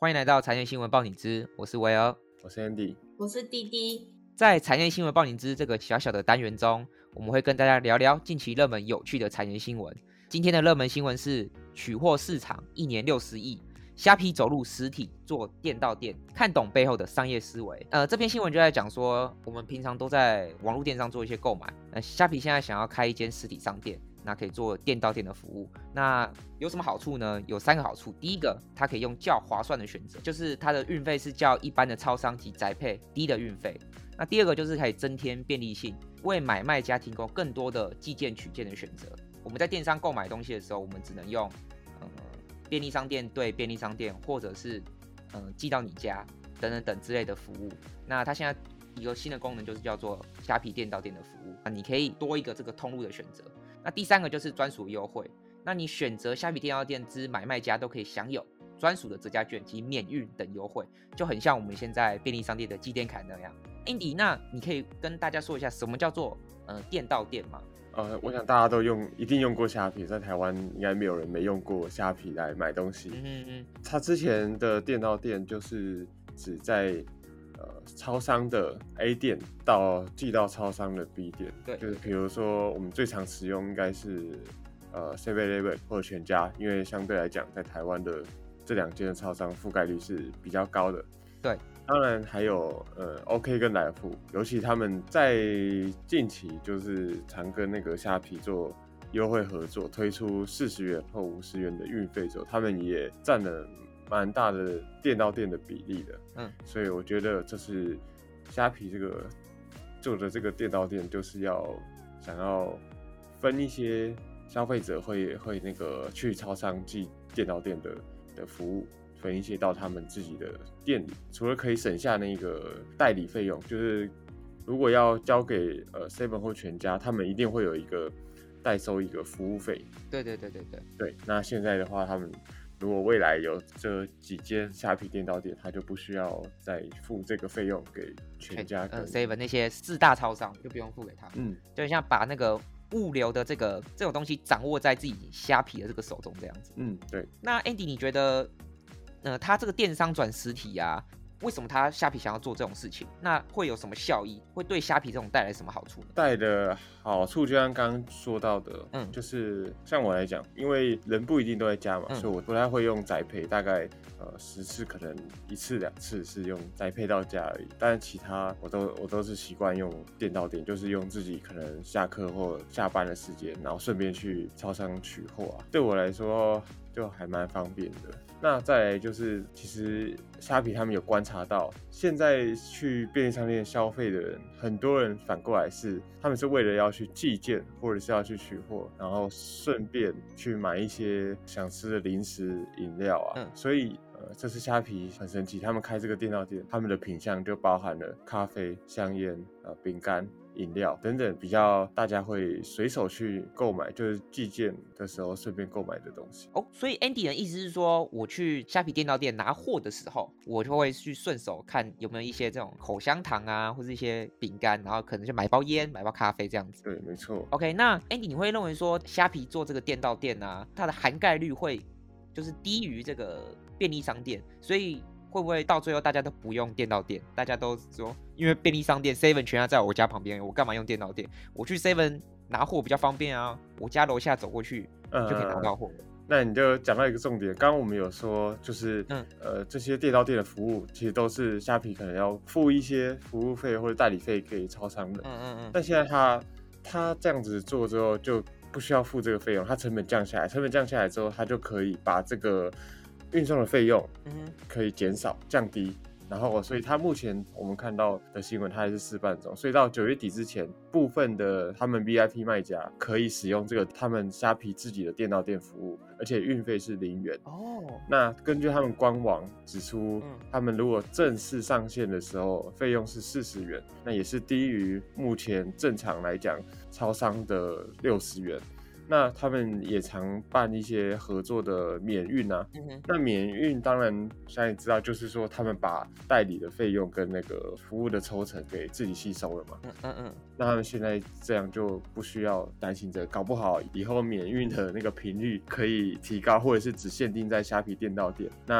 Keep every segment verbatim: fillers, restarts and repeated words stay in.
欢迎来到产业新闻报你知，我是维儿， 我是 Andy， 我是滴滴。 在产业新闻报你知这个小小的单元中，我们会跟大家聊聊近期热门有趣的产业新闻。今天的热门新闻是取货市场一年六十亿，虾皮走入实体做店到店，看懂背后的商业思维。呃，这篇新闻就在讲说，我们平常都在网络电商做一些购买，那虾皮现在想要开一间实体商店，那可以做店到店的服务。那有什么好处呢？有三个好处。第一个，它可以用较划算的选择，就是它的运费是较一般的超商及宅配低的运费。那第二个就是可以增添便利性，为买卖家提供更多的寄件取件的选择。我们在电商购买东西的时候，我们只能用、呃、便利商店对便利商店，或者是、呃、寄到你家等等等之类的服务。那它现在一个新的功能就是叫做虾皮店到店的服务，那你可以多一个这个通路的选择。那第三个就是专属优惠，那你选择虾皮店到店之买卖家都可以享有专属的折价券及免运等优惠，就很像我们现在便利商店的寄店卡那样。Andy， 那你可以跟大家说一下什么叫做、呃、店到店吗？ 呃，我想大家都用，一定用过虾皮，在台湾应该没有人没用过虾皮来买东西。嗯嗯，他之前的店到店就是指在呃超商的 A 店到寄到超商的 B 店，对，就是比如说我们最常使用应该是呃 seven eleven 或者全家，因为相对来讲在台湾的这两间的超商覆盖率是比较高的。 对。 当然还有呃 OK 跟来福，尤其他们在近期就是常跟那个虾皮做优惠合作，推出四十元或五十元的运费之后，他们也占了蛮大的店到店的比例的。嗯，所以我觉得这是虾皮这个做的这个店到店，就是要想要分一些消费者会会那个去超商寄店到店的的服务。分一些到他们自己的店里，除了可以省下那个代理费用，就是如果要交给呃 seven 或全家，他们一定会有一个代收一个服务费。对对对对对对。那现在的话，他们如果未来有这几间虾皮店到店，他就不需要再付这个费用给全家跟、呃、 seven 那些四大超商，就不用付给他们。嗯，就像把那个物流的这个这种东西掌握在自己虾皮的这个手中这样子。 嗯，对。 那 Andy， 你觉得？呃，他这个电商转实体啊，为什么他虾皮想要做这种事情？那会有什么效益？会对虾皮这种带来什么好处呢？ 带的好处就像刚刚说到的，嗯，就是像我来讲，因为人不一定都在家嘛，嗯、所以我不太会用宅配，大概呃十次可能一次两次是用宅配到家而已，但其他我都我都是习惯用店到店，就是用自己可能下课或下班的时间，然后顺便去超商取货啊，对我来说就还蛮方便的。那再来就是，其实虾皮他们有观察到，现在去便利商店消费的人，很多人反过来是，他们是为了要去寄件，或者是要去取货，然后顺便去买一些想吃的零食、饮料啊。嗯，所以呃，这是虾皮很神奇，他们开这个店到店，他们的品项就包含了咖啡、香烟、呃饼干、饮料等等比较大家会随手去购买，就是寄件的时候顺便购买的东西。 哦，所以 Andy 的意思是说，我去虾皮店到店拿货的时候，我就会去顺手看有没有一些这种口香糖啊，或是一些饼干，然后可能就买包烟、买包咖啡这样子。 对，没错。 OK， 那 Andy 你会认为说虾皮做这个店到店啊，它的涵盖率会就是低于这个便利商店，所以会不会到最后大家都不用店到店？大家都说，因为便利商店 seven 全家在我家旁边，我干嘛用店到店？我去 seven 拿货比较方便啊，我家楼下走过去就可以拿到货。呃那你就讲到一个重点，刚刚我们有说，就是、嗯、呃这些店到店的服务，其实都是虾皮可能要付一些服务费或者代理费给超商的。嗯嗯嗯。但现在他他这样子做之后，就不需要付这个费用，他成本降下来，成本降下来之后，他就可以把这个运送的费用可以减少降低。然后，所以他目前我们看到的新闻，它还是试办中。所以到九月底之前，部分的他们 V I P 卖家可以使用这个他们虾皮自己的店到店服务，而且运费是零元。哦。那根据他们官网指出，嗯、他们如果正式上线的时候，费用是四十元，那也是低于目前正常来讲超商的六十元。那他们也常办一些合作的免运啊，嗯、那免运当然现在知道，就是说他们把代理的费用跟那个服务的抽成给自己吸收了嘛。嗯嗯嗯。那他们现在这样就不需要担心着，搞不好以后免运的那个频率可以提高，或者是只限定在虾皮店到店。那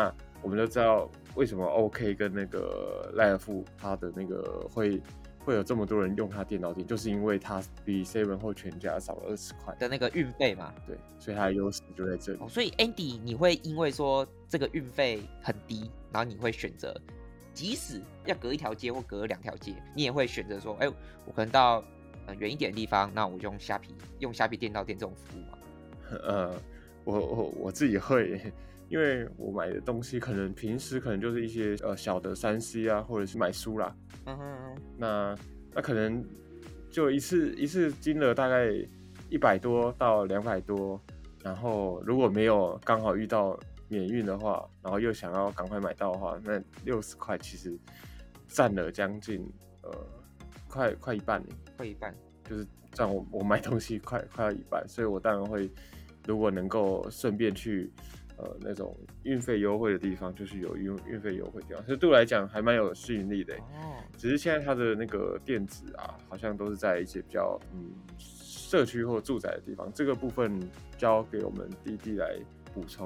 我们都知道为什么 OK 跟那个赖尔富它的那个会会有这么多人用它电到店，就是因为它比 seven 或全家少了二十块的那个运费嘛。 对，所以它的优势就在这里。 哦，所以 Andy 你会因为说这个运费很低，然后你会选择，即使要隔一条街或隔两条街，你也会选择说，哎、欸，我可能到呃远一点的地方，那我用虾皮用虾皮电到店这种服务嘛？ 呃，我我我自己会。因为我买的东西可能平时可能就是一些呃小的三 C 啊，或者是买书啦，嗯哼嗯，那那可能就一次一次金额大概一百多到两百多，然后如果没有刚好遇到免运的话，然后又想要赶快买到的话，那六十块其实占了将近呃快快一半呢， 快一半， 就是占我我买东西快快要一半，所以我当然会如果能够顺便去。呃，那种运费优惠的地方，就是有运运费优惠的地方，所以对我来讲还蛮有吸引力的。哦，只是现在它的那个电子啊，好像都是在一些比较嗯社区或住宅的地方，这个部分交给我们弟弟来补充。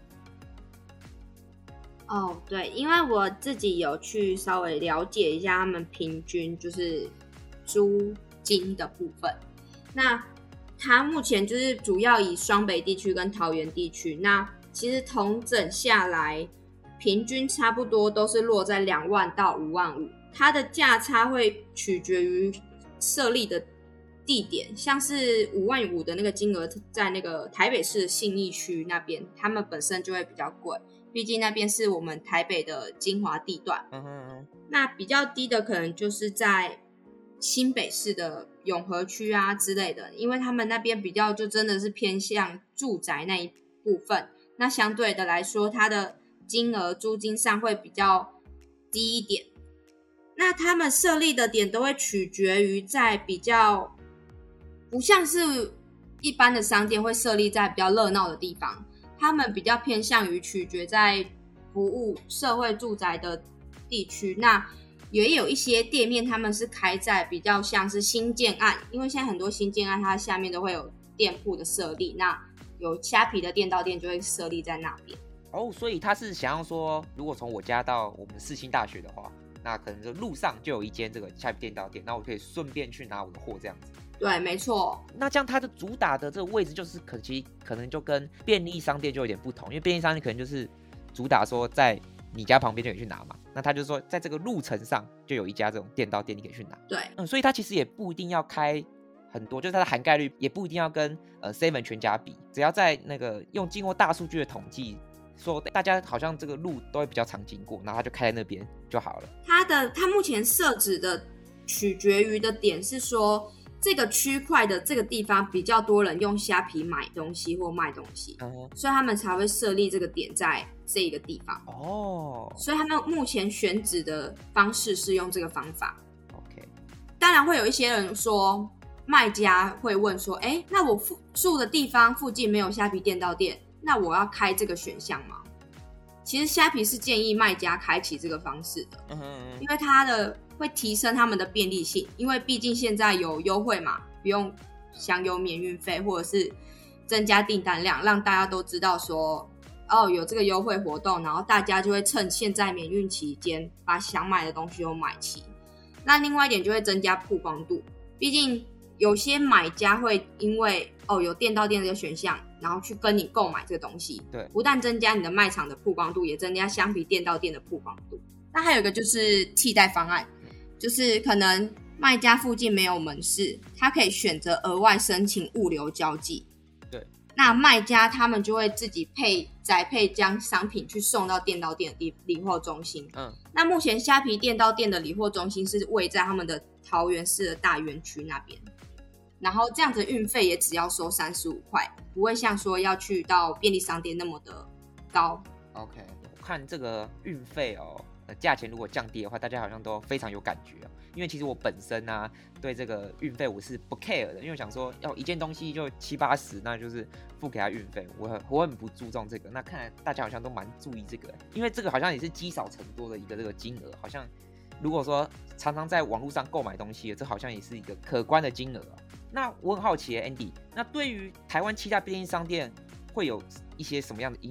哦，对，因为我自己有去稍微了解一下他们平均就是租金的部分，那它目前就是主要以双北地区跟桃园地区，那其实统整下来，平均差不多都是落在两万到五万五，它的价差会取决于设立的地点，像是五万五的那个金额在那个台北市信义区那边，他们本身就会比较贵，毕竟那边是我们台北的精华地段。嗯哼嗯，那比较低的可能就是在新北市的永和区啊之类的，因为他们那边比较就真的是偏向住宅那一部分。那相对的来说，它的金额租金上会比较低一点。那他们设立的点都会取决于在比较不像是一般的商店会设立在比较热闹的地方，他们比较偏向于取决在服务社会住宅的地区。那也有一些店面他们是开在比较像是新建案，因为现在很多新建案它下面都会有店铺的设立，那有虾皮的店到店就会设立在那边。 哦，所以他是想要说，如果从我家到我们世新大学的话，那可能就路上就有一间这个虾皮店到店，那我可以顺便去拿我的货这样子。 对，没错。 那这样它的主打的这个位置就是可其实可能就跟便利商店就有点不同，因为便利商店可能就是主打说在你家旁边就可以去拿嘛，那他就说在这个路程上就有一家这种店到店你可以去拿。 对， 嗯，所以它其实也不一定要开很多，就是它的涵盖率也不一定要跟呃 seven 全家比，只要在那个用经过大数据的统计，说大家好像这个路都会比较常经过，然后他就开在那边就好了。 它的它目前设置的取决于的点是说，这个区块的这个地方比较多人用虾皮买东西或卖东西，嗯、所以他们才会设立这个点在这个地方。哦，所以他们目前选址的方式是用这个方法。 OK， 当然会有一些人说，卖家会问说，哎，那我住的地方附近没有虾皮店到店，那我要开这个选项吗？其实虾皮是建议卖家开启这个方式的，嗯哼嗯，因为它的会提升他们的便利性，因为毕竟现在有优惠嘛，不用享有免运费，或者是增加订单量，让大家都知道说，哦，有这个优惠活动，然后大家就会趁现在免运期间把想买的东西都买齐。那另外一点就会增加曝光度，毕竟有些买家会因为哦有店到店这个选项，然后去跟你购买这个东西， 对， 不但增加你的卖场的曝光度，也增加相比店到店的曝光度。那还有一个就是替代方案，就是可能卖家附近没有门市，他可以选择额外申请物流交寄。 对， 那卖家他们就会自己配宅配将商品去送到店到店的理货中心。嗯，那目前虾皮店到店的理货中心是位在他们的桃园市的大园区那边。然后这样子运费也只要收三十五块，不会像说要去到便利商店那么的高。 OK， 我看这个运费哦，呃，价钱如果降低的话，大家好像都非常有感觉、哦、因为其实我本身啊，对这个运费我是不 care 的，因为我想说要一件东西就七八十，那就是付给他运费，我很我很不注重这个。那看来大家好像都蛮注意这个，因为这个好像也是积少成多的一个这个金额，好像如果说常常在网络上购买东西，这好像也是一个可观的金额、哦。那我很好奇 ，Andy， 那对于台湾七大便利商店会有一些什么样的影响？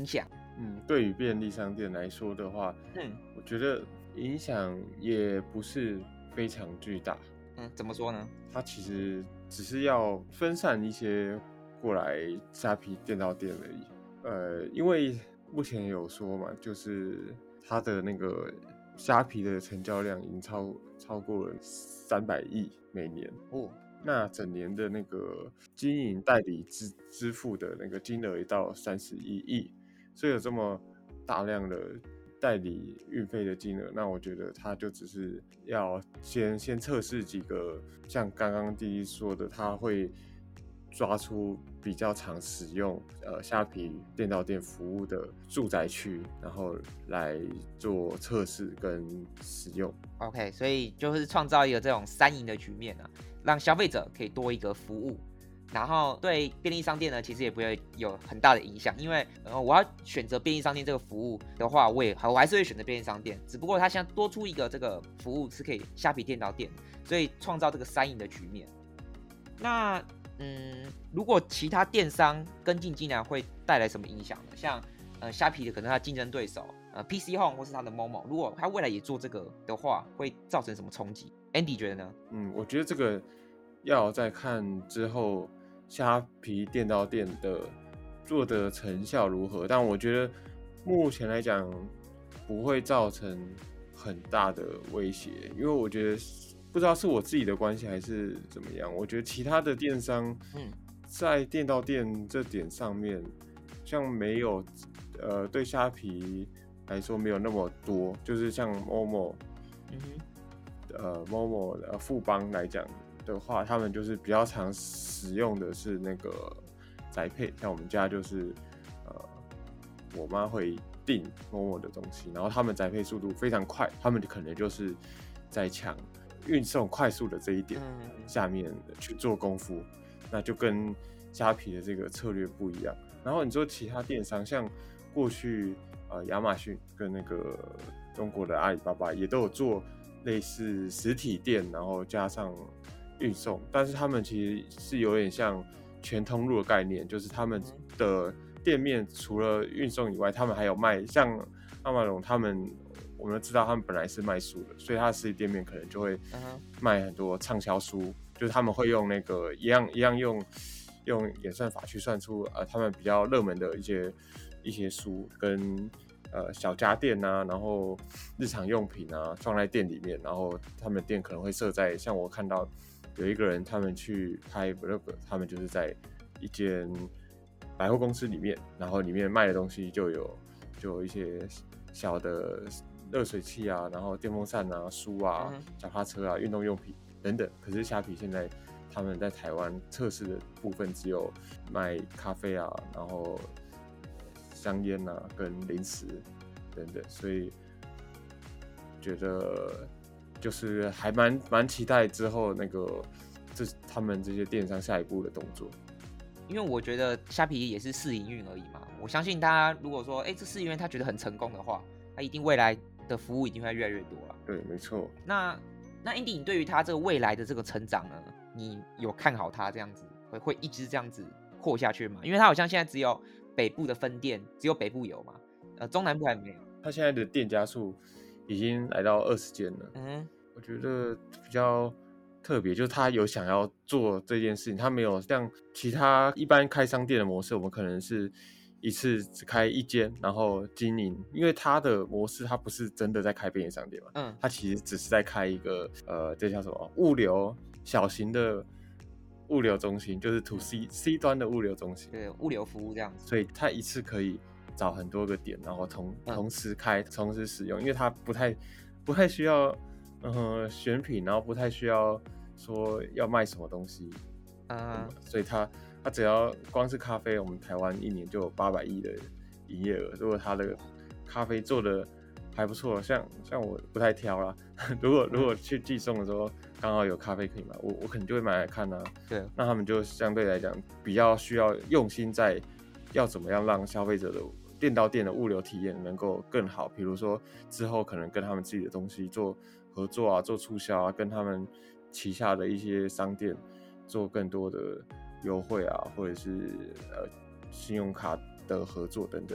嗯，对于便利商店来说的话，嗯，我觉得影响也不是非常巨大。 嗯，怎么说呢？ 它其实只是要分散一些过来虾皮店到店而已。呃，因为目前有说嘛，就是它的那个虾皮的成交量已经超超过了三百亿每年哦。那整年的那个经营代理支支付的那个金额也到三十一亿，所以有这么大量的代理运费的金额，那我觉得他就只是要先先测试几个，像刚刚第一说的，他会抓出比较常使用呃虾皮店到店服务的住宅区，然后来做测试跟使用。 OK， 所以就是创造一个这种三赢的局面啊，让消费者可以多一个服务。然后对便利商店呢，其实也不会有很大的影响，因为呃我要选择便利商店这个服务的话，我也我还是会选择便利商店，只不过它现在多出一个这个服务是可以虾皮店到店，所以创造这个三赢的局面。那嗯，如果其他电商跟进进来会带来什么影响呢？像呃虾皮的可能它的竞争对手呃 P C Home 或是它的 Momo， 如果它未来也做这个的话，会造成什么冲击 ？Andy 觉得呢？ 嗯，我觉得这个要再看之后虾皮店到店的做的成效如何，但我觉得目前来讲不会造成很大的威胁，因为我觉得不知道是我自己的关系还是怎么样，我觉得其他的电商在店到店这点上面，像没有呃对虾皮来说没有那么多，就是像 Momo， 嗯哼，呃 Momo 呃富邦来讲的话，他们就是比较常使用的是那个宅配，像我们家就是呃我妈会订 Momo 的东西，然后他们宅配速度非常快，他们可能就是在抢运送快速的这一点下面去做功夫，那就跟虾皮的这个策略不一样。然后你说其他电商，像过去呃亚马逊跟那个中国的阿里巴巴也都有做类似实体店，然后加上运送，但是他们其实是有点像全通路的概念，就是他们的店面除了运送以外，他们还有卖，像阿玛龙他们。我们知道他们本来是卖书的，所以他的实体店面可能就会卖很多畅销书，就是他们会用那个一样一样用用演算法去算出呃他们比较热门的一些一些书跟呃小家电啊，然后日常用品啊放在店里面，然后他们的店可能会设在像我看到有一个人他们去拍 vlog， 他们就是在一间百货公司里面，然后里面卖的东西就有就有一些小的。热水器啊，然后电风扇啊、书啊、脚踏车啊、运动用品等等。可是虾皮现在他们在台湾测试的部分只有卖咖啡啊，然后香烟啊跟零食等等，所以觉得就是还蛮蛮期待之后那个这他们这些电商下一步的动作。 因为我觉得虾皮也是试营运而已嘛，我相信大家如果说哎这试营运他觉得很成功的话，他一定未来的服务一定会越来越多了。 对，没错。 那那 Andy， 你对于他这个未来的这个成长呢，你有看好他这样子会会一直这样子扩下去吗？因为他好像现在只有北部的分店，只有北部有嘛，呃，中南部还没有。 他现在的店家数已经来到二十间了。嗯，我觉得比较特别，就是他有想要做这件事情，他没有像其他一般开商店的模式，我们可能是。一次只开一间，然后经营，因为它的模式，它不是真的在开便利商店嘛，嗯，它其实只是在开一个呃，这叫什么物流小型的物流中心，就是 to C C 端的物流中心， 对，物流服务这样子， 所以它一次可以找很多个点，然后同同时开，同时使用，因为它不太不太需要呃选品，然后不太需要说要卖什么东西，嗯，所以它。它只要光是咖啡，我们台湾一年就有八百亿的营业额。如果它的咖啡做的还不错，像像我不太挑啦。如果如果去寄送的时候刚好有咖啡可以买，我我可能就会买来看啊。对，那他们就相对来讲比较需要用心在要怎么样让消费者的店到店的物流体验能够更好。比如说之后可能跟他们自己的东西做合作啊，做促销啊，跟他们旗下的一些商店做更多的。优惠啊，或者是呃信用卡的合作等等。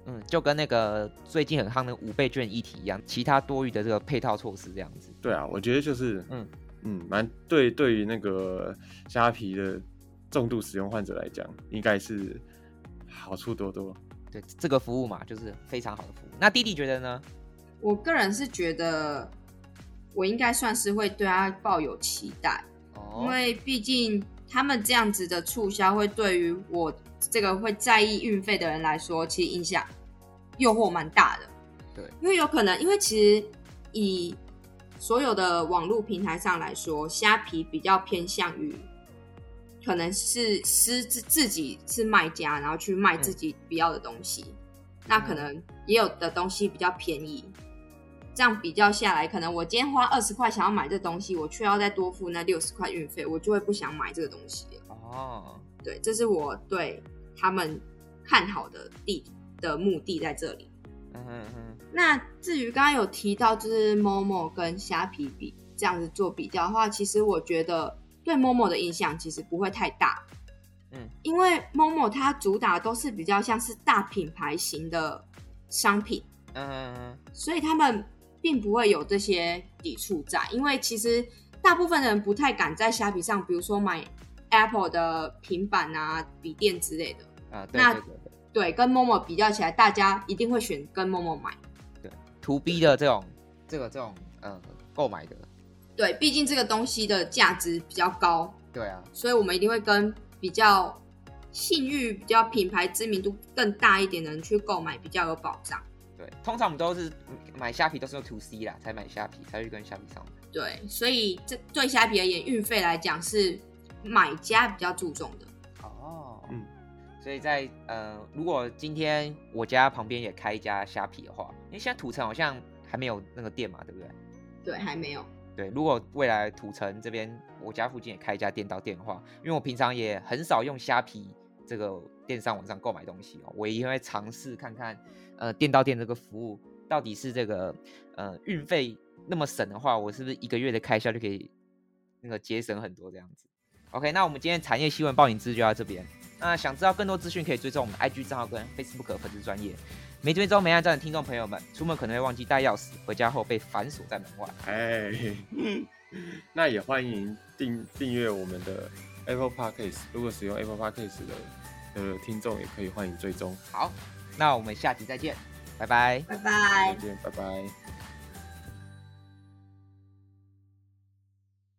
嗯，就跟那个最近很夯的五倍券议题一样，其他多余的这个配套措施这样子。 对啊，我觉得就是嗯嗯，蛮对，对于那个虾皮的重度使用患者来讲，应该是好处多多。 对，这个服务嘛，就是非常好的服务。那弟弟觉得呢？ 我个人是觉得，我应该算是会对他抱有期待，哦、因为毕竟他们这样子的促销，会对于我这个会在意运费的人来说，其实影响诱惑蛮大的。 对， 因为有可能，因为其实以所有的网络平台上来说，虾皮比较偏向于可能是私自己是卖家，然后去卖自己不要的东西，嗯、那可能也有的东西比较便宜。这样比较下来，可能我今天花二十块想要买这东西，我却要再多付那六十块运费，我就会不想买这个东西了。哦，对，这是我对他们看好的地的目的在这里。嗯哼哼。那至于刚刚有提到，就是 Momo 跟虾皮比这样子做比较的话，其实我觉得对 Momo 的影响其实不会太大。嗯，因为 Momo 它主打都是比较像是大品牌型的商品。嗯哼哼。所以他们并不会有这些抵触在，因为其实大部分人不太敢在虾皮上，比如说买 Apple 的平板啊、笔电之类的。啊，对对对对，对，跟 Momo 比较起来，大家一定会选跟 Momo 买。 对 ，to B 的这种这个这种呃购买的。 对，毕竟这个东西的价值比较高。 对啊， 所以我们一定会跟比较信誉、比较品牌知名度更大一点的人去购买，比较有保障。 对，通常我们都是买虾皮都是用 to C 啦，才买虾皮，才去跟虾皮上买。 对，所以这对虾皮而言，运费来讲是买家比较注重的。 哦，嗯，所以在呃，如果今天我家旁边也开一家虾皮的话，因为现在土城好像还没有那个店嘛，对不对？ 对，还没有。 对，如果未来土城这边我家附近也开一家店到店的话，因为我平常也很少用虾皮这个电商网上购买东西哦，我也会尝试看看。呃，店到店这个服务到底是这个呃运费那么省的话，我是不是一个月的开销就可以那个节省很多这样子 ？OK， 那我们今天产业新闻报你知就到这边。那想知道更多资讯，可以追踪我们的 I G 账号跟 Facebook 粉丝专页。没追踪没按赞的听众朋友们，出门可能会忘记带钥匙，回家后被反锁在门外。 哎，那也欢迎订订阅我们的 Apple Podcast， 如果使用 Apple Podcast 的的听众，也可以欢迎追踪。 好。那我们下集再见，拜拜， 拜拜， 再见，拜拜。